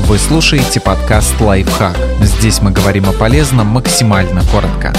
Вы слушаете подкаст «Лайфхак». Здесь мы говорим о полезном максимально коротко.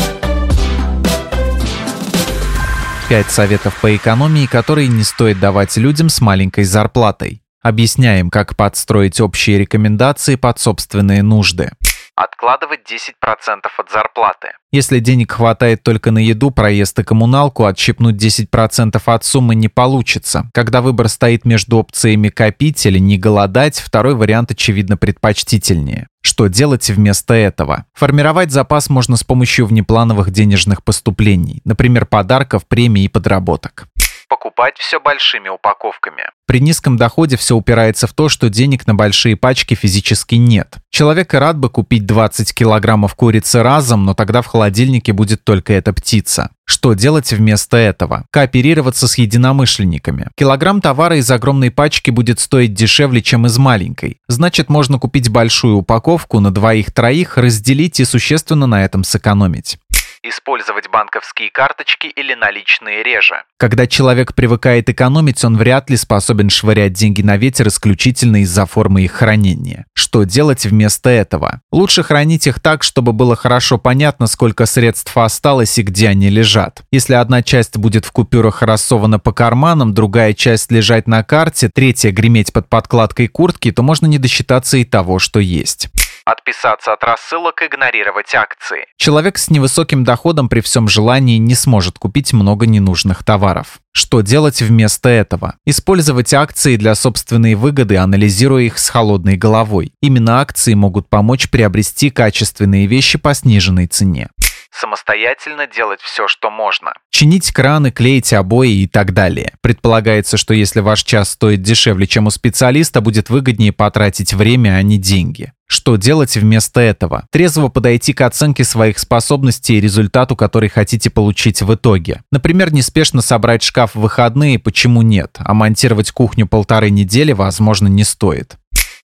5 советов по экономии, которые не стоит давать людям с маленькой зарплатой. Объясняем, как подстроить общие рекомендации под собственные нужды. Откладывать 10% от зарплаты. Если денег хватает только на еду, проезд и коммуналку, отщипнуть 10% от суммы не получится. Когда выбор стоит между опциями копить или не голодать, второй вариант, очевидно, предпочтительнее. Что делать вместо этого? Формировать запас можно с помощью внеплановых денежных поступлений, например, подарков, премий и подработок. Покупать все большими упаковками. При низком доходе все упирается в то, что денег на большие пачки физически нет. Человек и рад бы купить 20 килограммов курицы разом, но тогда в холодильнике будет только эта птица. Что делать вместо этого? Кооперироваться с единомышленниками. Килограмм товара из огромной пачки будет стоить дешевле, чем из маленькой. Значит, можно купить большую упаковку на 2-3, разделить и существенно на этом сэкономить. Использовать банковские карточки или наличные реже. Когда человек привыкает экономить, он вряд ли способен швырять деньги на ветер исключительно из-за формы их хранения. Что делать вместо этого? Лучше хранить их так, чтобы было хорошо понятно, сколько средств осталось и где они лежат. Если одна часть будет в купюрах рассована по карманам, другая часть лежать на карте, третья греметь под подкладкой куртки, то можно не досчитаться и того, что есть. Отписаться от рассылок, игнорировать акции. Человек с невысоким доходом при всем желании не сможет купить много ненужных товаров. Что делать вместо этого? Использовать акции для собственной выгоды, анализируя их с холодной головой. Именно акции могут помочь приобрести качественные вещи по сниженной цене. Самостоятельно делать все, что можно. Чинить краны, клеить обои и так далее. Предполагается, что если ваш час стоит дешевле, чем у специалиста, будет выгоднее потратить время, а не деньги. Что делать вместо этого? Трезво подойти к оценке своих способностей и результату, который хотите получить в итоге. Например, неспешно собрать шкаф в выходные, почему нет, а монтировать кухню 1,5 недели, возможно, не стоит.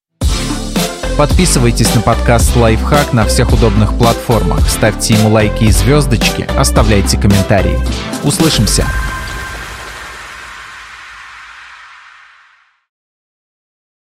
Подписывайтесь на подкаст «Лайфхак» на всех удобных платформах, ставьте ему лайки и звездочки, оставляйте комментарии. Услышимся!